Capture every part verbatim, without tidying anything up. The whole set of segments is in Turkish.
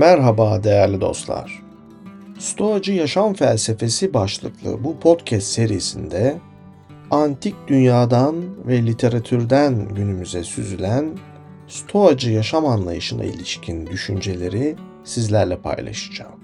Merhaba değerli dostlar. Stoacı Yaşam Felsefesi başlıklı bu podcast serisinde antik dünyadan ve literatürden günümüze süzülen Stoacı yaşam anlayışına ilişkin düşünceleri sizlerle paylaşacağım.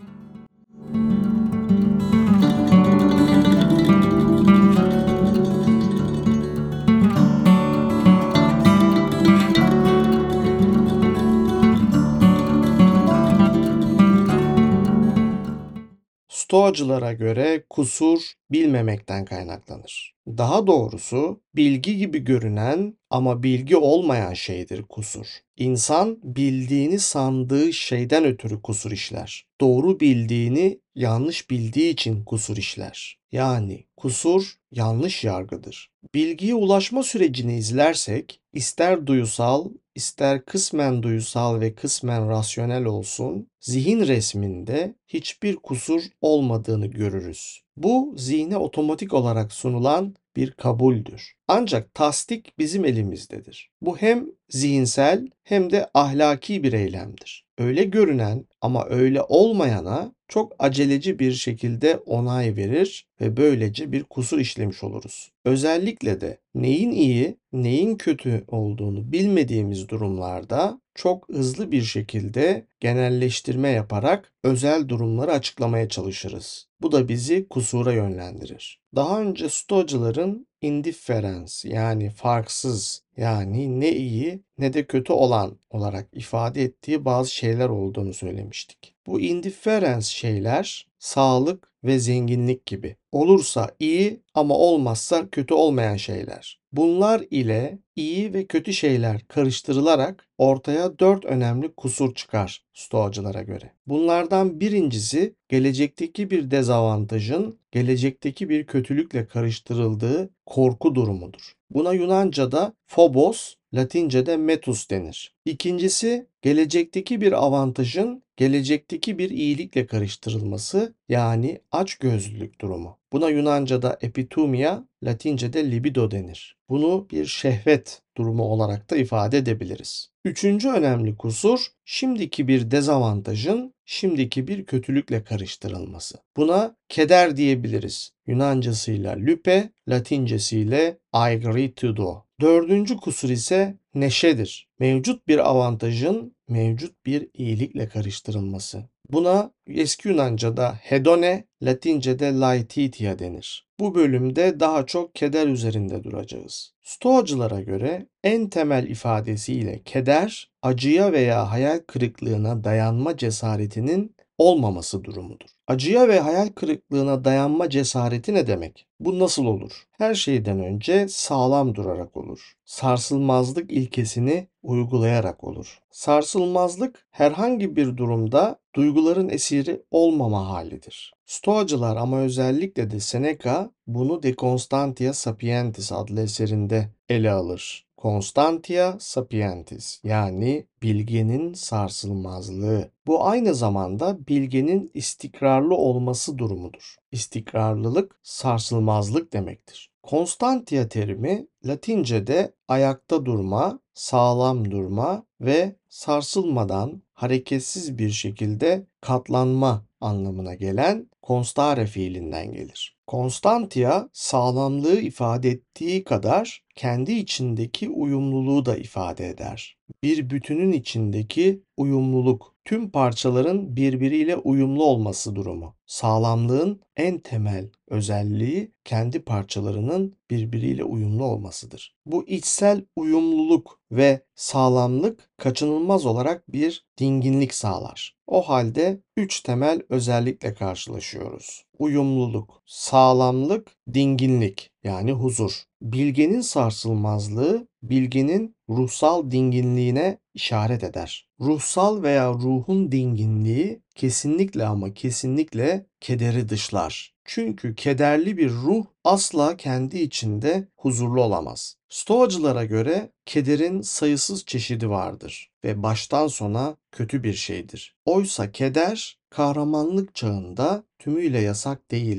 Stoacılara göre kusur bilmemekten kaynaklanır. Daha doğrusu bilgi gibi görünen ama bilgi olmayan şeydir kusur. İnsan bildiğini sandığı şeyden ötürü kusur işler. Doğru bildiğini yanlış bildiği için kusur işler. Yani kusur yanlış yargıdır. Bilgiye ulaşma sürecini izlersek ister duyusal, ister kısmen duysal ve kısmen rasyonel olsun, zihin resminde hiçbir kusur olmadığını görürüz. Bu zihne otomatik olarak sunulan bir kabuldür. Ancak tasdik bizim elimizdedir. Bu hem zihinsel hem de ahlaki bir eylemdir. Öyle görünen ama öyle olmayana çok aceleci bir şekilde onay verir ve böylece bir kusur işlemiş oluruz. Özellikle de neyin iyi, neyin kötü olduğunu bilmediğimiz durumlarda çok hızlı bir şekilde genelleştirme yaparak özel durumları açıklamaya çalışırız. Bu da bizi kusura yönlendirir. Daha önce Stoacıların indifferens yani farksız yani ne iyi ne de kötü olan olarak ifade ettiği bazı şeyler olduğunu söylemiştik. Bu indifferens şeyler sağlık ve zenginlik gibi. Olursa iyi ama olmazsa kötü olmayan şeyler. Bunlar ile iyi ve kötü şeyler karıştırılarak ortaya dört önemli kusur çıkar Stoacılara göre. Bunlardan birincisi gelecekteki bir dezavantajın gelecekteki bir kötülükle karıştırıldığı korku durumudur. Buna Yunanca'da phobos, Latince'de metus denir. İkincisi gelecekteki bir avantajın gelecekteki bir iyilikle karıştırılması yani açgözlülük durumu. Buna Yunanca'da epithumia, Latince'de libido denir. Bunu bir şehvet durumu olarak da ifade edebiliriz. Üçüncü önemli kusur, şimdiki bir dezavantajın şimdiki bir kötülükle karıştırılması. Buna keder diyebiliriz. Yunancasıyla lüpe, Latincesiyle aigritudo. Dördüncü kusur ise neşedir. Mevcut bir avantajın mevcut bir iyilikle karıştırılması. Buna eski Yunanca'da hedone, Latince'de laetitia denir. Bu bölümde daha çok keder üzerinde duracağız. Stoacılara göre en temel ifadesiyle keder, acıya veya hayal kırıklığına dayanma cesaretinin olmaması durumudur. Acıya ve hayal kırıklığına dayanma cesareti ne demek? Bu nasıl olur? Her şeyden önce sağlam durarak olur. Sarsılmazlık ilkesini uygulayarak olur. Sarsılmazlık herhangi bir durumda duyguların esiri olmama halidir. Stoacılar ama özellikle de Seneca bunu De Constantia Sapientis adlı eserinde ele alır. Constantia Sapientis yani bilgenin sarsılmazlığı. Bu aynı zamanda bilgenin istikrarlı olması durumudur. İstikrarlılık sarsılmazlık demektir. Constantia terimi Latince'de ayakta durma, sağlam durma ve sarsılmadan hareketsiz bir şekilde katlanma anlamına gelen constare fiilinden gelir. Constantia sağlamlığı ifade ettiği kadar kendi içindeki uyumluluğu da ifade eder. Bir bütünün içindeki uyumluluk, tüm parçaların birbiriyle uyumlu olması durumu. Sağlamlığın en temel özelliği kendi parçalarının birbiriyle uyumlu olmasıdır. Bu içsel uyumluluk ve sağlamlık kaçınılmaz olarak bir dinginlik sağlar. O halde üç temel özellikle karşılaşıyoruz. Uyumluluk, sağlamlık, dinginlik yani huzur. Bilgenin sarsılmazlığı, bilgenin ruhsal dinginliğine işaret eder. Ruhsal veya ruhun dinginliği kesinlikle ama kesinlikle kederi dışlar. Çünkü kederli bir ruh asla kendi içinde huzurlu olamaz. Stoacılara göre kederin sayısız çeşidi vardır ve baştan sona kötü bir şeydir. Oysa keder kahramanlık çağında tümüyle yasak değildi.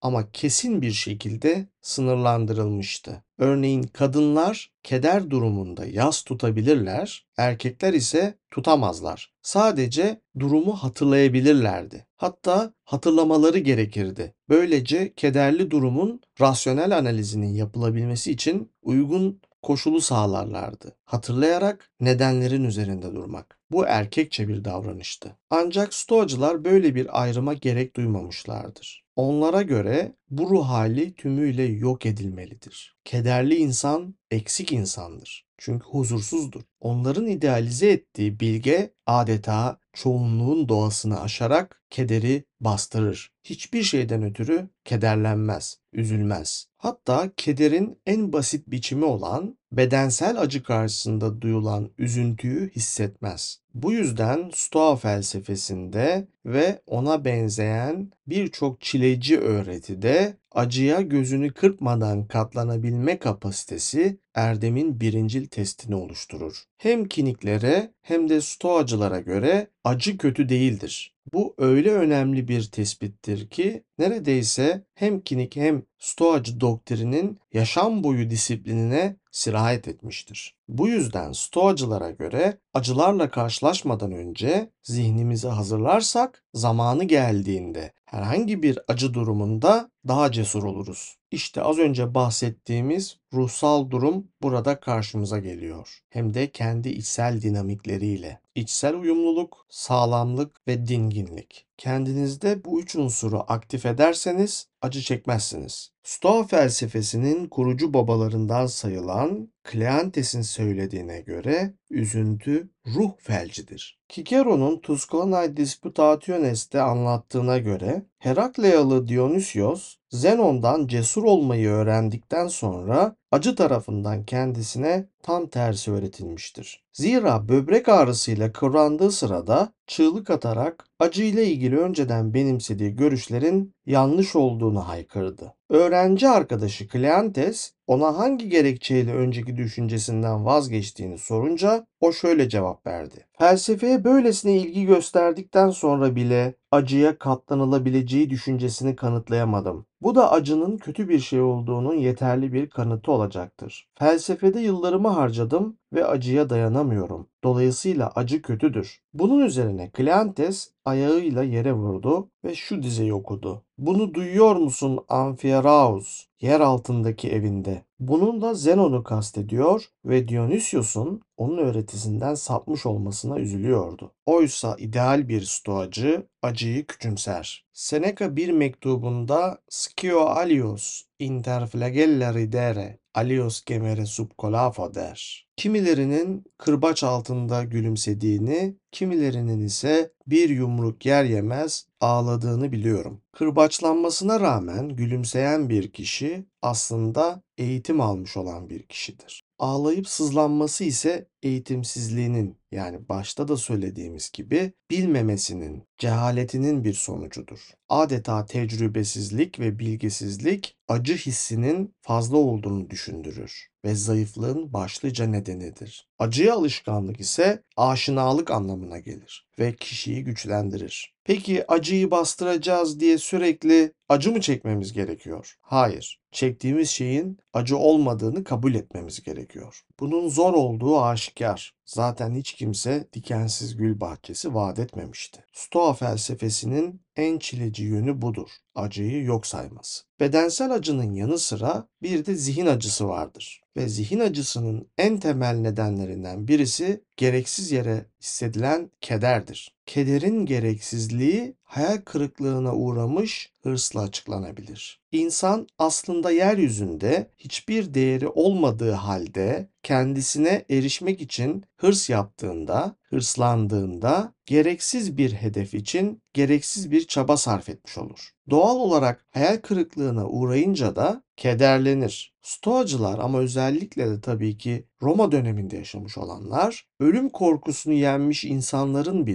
ama kesin bir şekilde sınırlandırılmıştı. Örneğin kadınlar keder durumunda yas tutabilirler, erkekler ise tutamazlar. Sadece durumu hatırlayabilirlerdi. Hatta hatırlamaları gerekirdi. Böylece kederli durumun rasyonel analizinin yapılabilmesi için uygun koşulu sağlarlardı. Hatırlayarak nedenlerin üzerinde durmak. Bu erkekçe bir davranıştı. Ancak Stoacılar böyle bir ayrıma gerek duymamışlardır. Onlara göre bu ruh hali tümüyle yok edilmelidir. Kederli insan eksik insandır. Çünkü huzursuzdur. Onların idealize ettiği bilge adeta çoğunluğun doğasını aşarak kederi bastırır. Hiçbir şeyden ötürü kederlenmez, üzülmez. Hatta kederin en basit biçimi olan bedensel acı karşısında duyulan üzüntüyü hissetmez. Bu yüzden Stoa felsefesinde ve ona benzeyen birçok çileci öğretide acıya gözünü kırpmadan katlanabilme kapasitesi erdemin birincil testini oluşturur. Hem kiniklere hem de Stoacılara göre acı kötü değildir. Bu öyle önemli bir tespittir ki neredeyse hem kinik hem Stoacı doktrinin yaşam boyu disiplinine sirayet etmiştir. Bu yüzden Stoacılara göre acılarla karşılaşmadan önce zihnimizi hazırlarsak zamanı geldiğinde herhangi bir acı durumunda daha cesur oluruz. İşte az önce bahsettiğimiz ruhsal durum burada karşımıza geliyor. Hem de kendi içsel dinamikleriyle. İçsel uyumluluk, sağlamlık ve dinginlik. Kendinizde bu üç unsuru aktif ederseniz acı çekmezsiniz. Stoa felsefesinin kurucu babalarından sayılan Kleantes'in söylediğine göre üzüntü ruh felcidir. Cicero'nun Tusculanae Disputationes'te anlattığına göre Herakleyalı Dionysios Zenon'dan cesur olmayı öğrendikten sonra acı tarafından kendisine tam tersi öğretilmiştir. Zira böbrek ağrısıyla kıvrandığı sırada çığlık atarak acı ile ilgili önceden benimsediği görüşlerin yanlış olduğunu haykırdı. Öğrenci arkadaşı Kleantes ona hangi gerekçeyle önceki düşüncesinden vazgeçtiğini sorunca o şöyle cevap verdi. Felsefeye böylesine ilgi gösterdikten sonra bile acıya katlanılabileceği düşüncesini kanıtlayamadım. Bu da acının kötü bir şey olduğunun yeterli bir kanıtı olacaktır. Felsefede yıllarımı harcadım ve acıya dayanamıyorum. Dolayısıyla acı kötüdür. Bunun üzerine Kleantes ayağıyla yere vurdu ve şu dizeyi okudu. Bunu duyuyor musun Amphiaraus, yer altındaki evinde? Bunun da Zenon'u kastediyor ve Dionysios'un onun öğretisinden sapmış olmasına üzülüyordu. Oysa ideal bir stoacı acıyı küçümser. Seneca bir mektubunda Scio alios inter flagella ridere, alios gemere sub colafo der. Kimilerinin kırbaç altında gülümsediğini, kimilerinin ise bir yumruk yer yemez ağladığını biliyorum. Kırbaçlanmasına rağmen gülümseyen bir kişi aslında eğitim almış olan bir kişidir. Ağlayıp sızlanması ise eğitimsizliğinin, yani başta da söylediğimiz gibi bilmemesinin, cehaletinin bir sonucudur. Adeta tecrübesizlik ve bilgisizlik acı hissinin fazla olduğunu düşündürür ve zayıflığın başlıca nedenidir. Acıya alışkanlık ise aşinalık anlamına gelir ve kişiyi güçlendirir. Peki acıyı bastıracağız diye sürekli acı mı çekmemiz gerekiyor? Hayır. Çektiğimiz şeyin acı olmadığını kabul etmemiz gerekiyor. Bunun zor olduğu aşikar. Zaten hiç kimse dikensiz gül bahçesi vaat etmemişti. Stoa felsefesinin en çileci yönü budur. Acıyı yok sayması. Bedensel acının yanı sıra bir de zihin acısı vardır. Ve zihin acısının en temel nedenlerinden birisi gereksiz yere hissedilen kederdir. Kederin gereksizliği hayal kırıklığına uğramış hırsla açıklanabilir. İnsan aslında yeryüzünde hiçbir değeri olmadığı halde kendisine erişmek için hırs yaptığında, hırslandığında gereksiz bir hedef için gereksiz bir çaba sarf etmiş olur. Doğal olarak hayal kırıklığına uğrayınca da kederlenir. Stoacılar ama özellikle de tabii ki Roma döneminde yaşamış olanlar ölüm korkusunu yenmiş insanların bile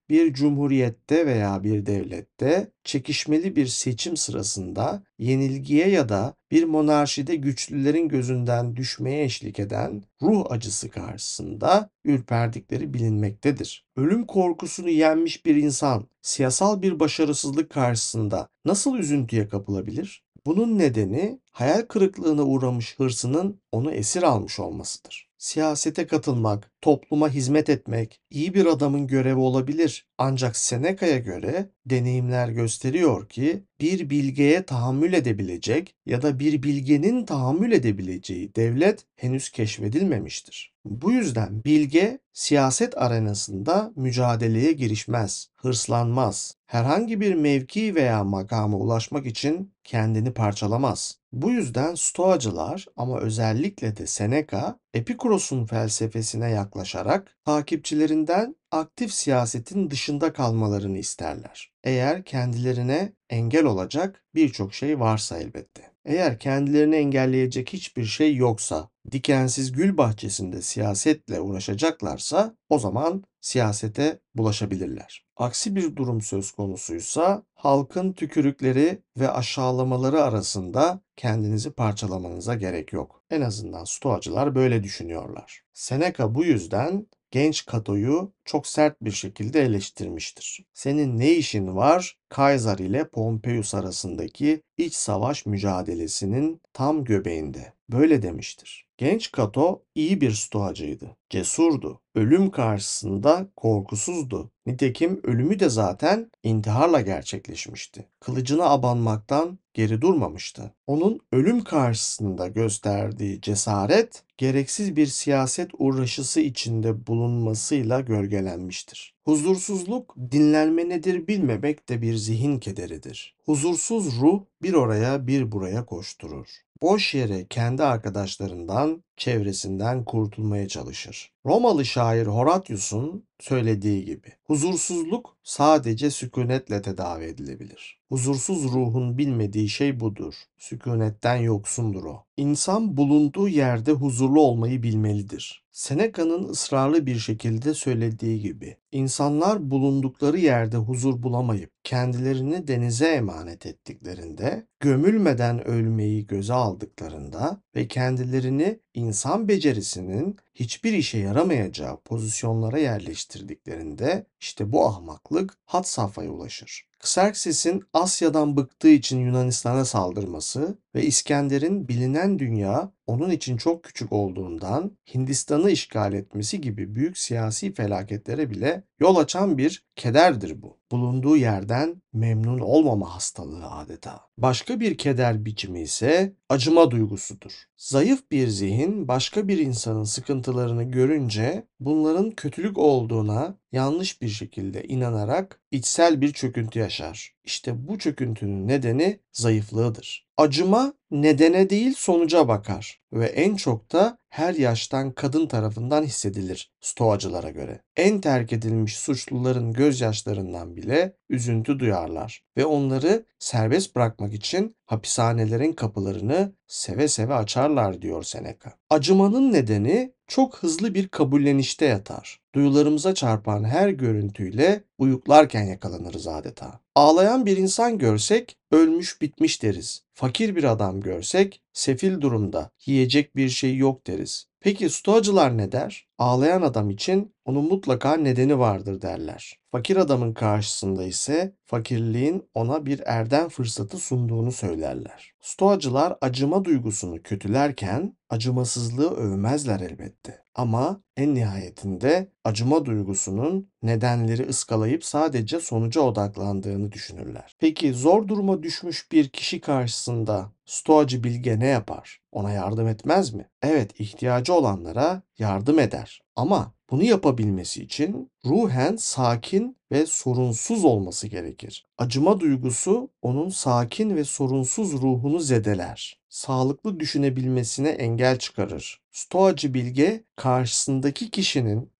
bir cumhuriyette veya bir devlette çekişmeli bir seçim sırasında yenilgiye ya da bir monarşide güçlülerin gözünden düşmeye eşlik eden ruh acısı karşısında ürperdikleri bilinmektedir. Ölüm korkusunu yenmiş bir insan siyasal bir başarısızlık karşısında nasıl üzüntüye kapılabilir? Bunun nedeni hayal kırıklığına uğramış hırsının onu esir almış olmasıdır. Siyasete katılmak, topluma hizmet etmek iyi bir adamın görevi olabilir. Ancak Seneca'ya göre deneyimler gösteriyor ki bir bilgeye tahammül edebilecek ya da bir bilgenin tahammül edebileceği devlet henüz keşfedilmemiştir. Bu yüzden bilge siyaset arenasında mücadeleye girişmez, hırslanmaz. Herhangi bir mevki veya makama ulaşmak için kendini parçalamaz. Bu yüzden Stoacılar ama özellikle de Seneca, Epikuros'un felsefesine yaklaşarak takipçilerinden aktif siyasetin dışında kalmalarını isterler. Eğer kendilerine engel olacak birçok şey varsa elbette. Eğer kendilerini engelleyecek hiçbir şey yoksa, dikensiz gül bahçesinde siyasetle uğraşacaklarsa o zaman siyasete bulaşabilirler. Aksi bir durum söz konusuysa halkın tükürükleri ve aşağılamaları arasında kendinizi parçalamanıza gerek yok. En azından Stoacılar böyle düşünüyorlar. Seneca bu yüzden genç Cato'yu çok sert bir şekilde eleştirmiştir. Senin ne işin var Kaysar ile Pompeius arasındaki iç savaş mücadelesinin tam göbeğinde? Böyle demiştir. Genç Cato iyi bir stoacıydı. Cesurdu. Ölüm karşısında korkusuzdu. Nitekim ölümü de zaten intiharla gerçekleşmişti. Kılıcına abanmaktan geri durmamıştı. Onun ölüm karşısında gösterdiği cesaret, gereksiz bir siyaset uğraşısı içinde bulunmasıyla gölgelenmiştir. Huzursuzluk, dinlenme nedir bilmemek de bir zihin kederidir. Huzursuz ruh bir oraya bir buraya koşturur. Boş yere kendi arkadaşlarından, çevresinden kurtulmaya çalışır. Romalı şair Horatius'un söylediği gibi, huzursuzluk sadece sükunetle tedavi edilebilir. Huzursuz ruhun bilmediği şey budur. Sükunetten yoksundur o. İnsan bulunduğu yerde huzurlu olmayı bilmelidir. Seneca'nın ısrarlı bir şekilde söylediği gibi, insanlar bulundukları yerde huzur bulamayıp kendilerini denize emanet ettiklerinde, gömülmeden ölmeyi göze aldıklarında ve kendilerini insan becerisinin hiçbir işe yaramayacağı pozisyonlara yerleştirdiklerinde işte bu ahmaklık had safhaya ulaşır. Xerxes'in Asya'dan bıktığı için Yunanistan'a saldırması ve İskender'in bilinen dünya onun için çok küçük olduğundan Hindistan'ı işgal etmesi gibi büyük siyasi felaketlere bile yol açan bir kederdir bu. Bulunduğu yerden memnun olmama hastalığı adeta. Başka bir keder biçimi ise acıma duygusudur. Zayıf bir zihin başka bir insanın sıkıntılarını görünce bunların kötülük olduğuna yanlış bir şekilde inanarak içsel bir çöküntü yaşar. İşte bu çöküntünün nedeni zayıflığıdır. Acıma nedene değil sonuca bakar ve en çok da her yaştan kadın tarafından hissedilir Stoacılara göre. En terk edilmiş suçluların gözyaşlarından bile üzüntü duyarlar ve onları serbest bırakmak için hapishanelerin kapılarını seve seve açarlar diyor Seneca. Acımanın nedeni çok hızlı bir kabullenişte yatar. Duyularımıza çarpan her görüntüyle uyuklarken yakalanırız adeta. Ağlayan bir insan görsek ölmüş bitmiş deriz. Fakir bir adam görsek sefil durumda, yiyecek bir şey yok deriz. Peki Stoacılar ne der? Ağlayan adam için onun mutlaka nedeni vardır derler. Fakir adamın karşısında ise fakirliğin ona bir erdem fırsatı sunduğunu söylerler. Stoacılar acıma duygusunu kötülerken acımasızlığı övmezler elbette. Ama en nihayetinde acıma duygusunun nedenleri ıskalayıp sadece sonuca odaklandığını düşünürler. Peki zor duruma düşmüş bir kişi karşısında Stoacı bilge ne yapar? Ona yardım etmez mi? Evet, ihtiyacı olanlara yardım eder. Ama bunu yapabilmesi için ruhen sakin ve sorunsuz olması gerekir. Acıma duygusu onun sakin ve sorunsuz ruhunu zedeler. Sağlıklı düşünebilmesine engel çıkarır. Stoacı bilge karşısındaki kişinin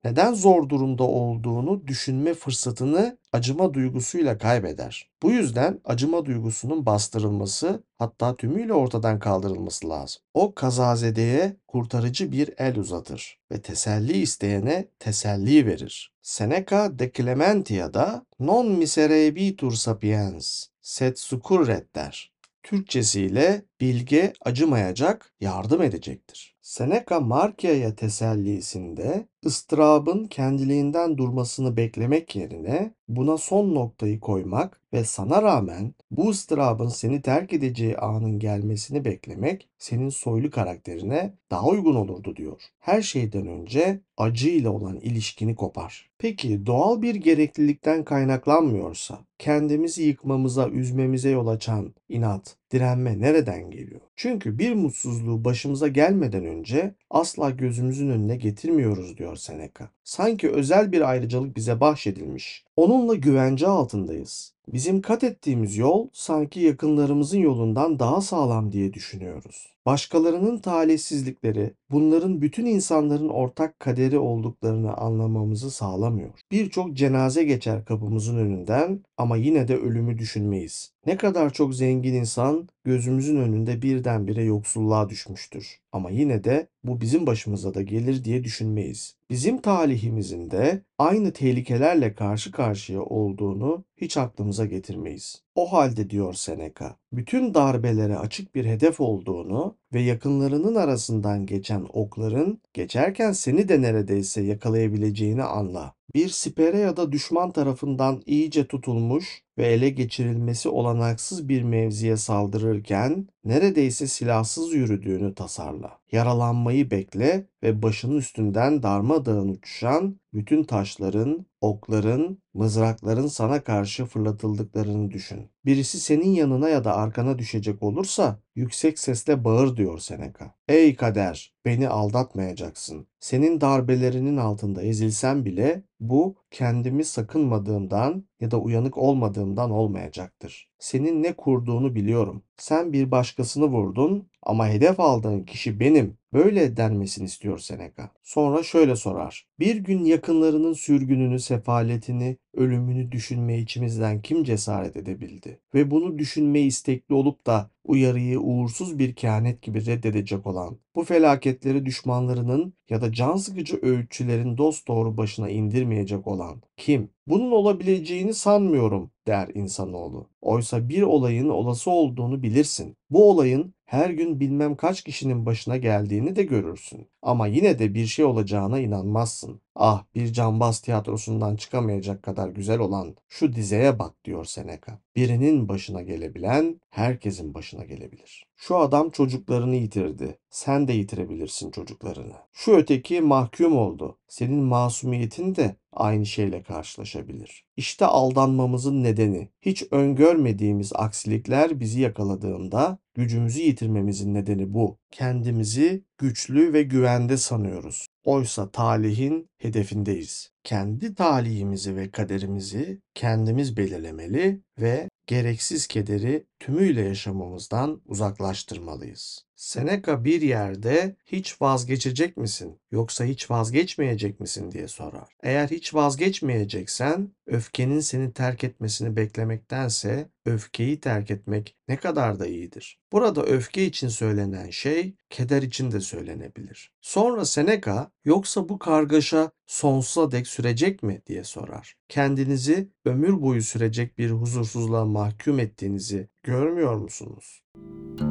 Neden zor durumda olduğunu düşünme fırsatını acıma duygusuyla kaybeder. Bu yüzden acıma duygusunun bastırılması, hatta tümüyle ortadan kaldırılması lazım. O kazazedeye kurtarıcı bir el uzatır ve teselli isteyene teselli verir. Seneca de Clementia'da "Non miserebitur sapiens, sed succurret" der. Türkçesiyle bilge acımayacak, yardım edecektir. Seneca Marcia'ya tesellisinde ıstırabın kendiliğinden durmasını beklemek yerine buna son noktayı koymak ve sana rağmen bu ıstırabın seni terk edeceği anın gelmesini beklemek senin soylu karakterine daha uygun olurdu diyor. Her şeyden önce acıyla olan ilişkini kopar. Peki doğal bir gereklilikten kaynaklanmıyorsa, kendimizi yıkmamıza, üzmemize yol açan inat, direnme nereden geliyor? Çünkü bir mutsuzluğu başımıza gelmeden önce asla gözümüzün önüne getirmiyoruz diyor Seneca. Sanki özel bir ayrıcalık bize bahşedilmiş. Onunla güvence altındayız. Bizim kat ettiğimiz yol sanki yakınlarımızın yolundan daha sağlam diye düşünüyoruz. Başkalarının talihsizlikleri bunların bütün insanların ortak kaderi olduklarını anlamamızı sağlamıyor. Birçok cenaze geçer kapımızın önünden ama yine de ölümü düşünmeyiz. Ne kadar çok zengin insan gözümüzün önünde birdenbire yoksulluğa düşmüştür. Ama yine de bu bizim başımıza da gelir diye düşünmeyiz. Bizim talihimizin de aynı tehlikelerle karşı karşıya olduğunu hiç aklımıza getirmeyiz. O halde diyor Seneca, bütün darbelere açık bir hedef olduğunu ve yakınlarının arasından geçen okların geçerken seni de neredeyse yakalayabileceğini anla. Bir sipere ya da düşman tarafından iyice tutulmuş ve ele geçirilmesi olanaksız bir mevziye saldırırken neredeyse silahsız yürüdüğünü tasarla. Yaralanmayı bekle ve başının üstünden darmadağın uçuşan bütün taşların, okların, mızrakların sana karşı fırlatıldıklarını düşün. Birisi senin yanına ya da arkana düşecek olursa yüksek sesle bağır diyor Seneca. Ey kader, beni aldatmayacaksın. Senin darbelerinin altında ezilsem bile bu kendimi sakınmadığımdan ya da uyanık olmadığımdan olmayacaktır. Senin ne kurduğunu biliyorum. Sen bir başkasını vurdun ama hedef aldığın kişi benim. Böyle denmesini istiyor Seneca. Sonra şöyle sorar. Bir gün yakınlarının sürgününü, sefaletini, ölümünü düşünmeye içimizden kim cesaret edebildi? Ve bunu düşünmeye istekli olup da uyarıyı uğursuz bir kehanet gibi reddedecek olan, bu felaketleri düşmanlarının ya da can sıkıcı öğütçülerin dosdoğru başına indirmeyecek olan kim? Bunun olabileceğini sanmıyorum der insanoğlu. Oysa bir olayın olası olduğunu bilirsin. Bu olayın her gün bilmem kaç kişinin başına geldiğini de görürsün. Ama yine de bir şey olacağına inanmazsın. Ah, bir cambaz tiyatrosundan çıkamayacak kadar güzel olan şu dizeye bak diyor Seneca. Birinin başına gelebilen herkesin başına gelebilir. Şu adam çocuklarını yitirdi. Sen de yitirebilirsin çocuklarını. Şu öteki mahkum oldu. Senin masumiyetin de aynı şeyle karşılaşabilir. İşte aldanmamızın nedeni. Hiç öngörmediğimiz aksilikler bizi yakaladığında gücümüzü yitirmemizin nedeni bu. Kendimizi güçlü ve güvende sanıyoruz. Oysa talihin hedefindeyiz. Kendi talihimizi ve kaderimizi kendimiz belirlemeli ve gereksiz kederi tümüyle yaşamamızdan uzaklaştırmalıyız. Seneca bir yerde hiç vazgeçecek misin yoksa hiç vazgeçmeyecek misin diye sorar. Eğer hiç vazgeçmeyeceksen öfkenin seni terk etmesini beklemektense öfkeyi terk etmek ne kadar da iyidir. Burada öfke için söylenen şey keder için de söylenebilir. Sonra Seneca yoksa bu kargaşa sonsuza dek sürecek mi diye sorar. Kendinizi ömür boyu sürecek bir huzursuzluğa mahkum ettiğinizi görmüyor musunuz?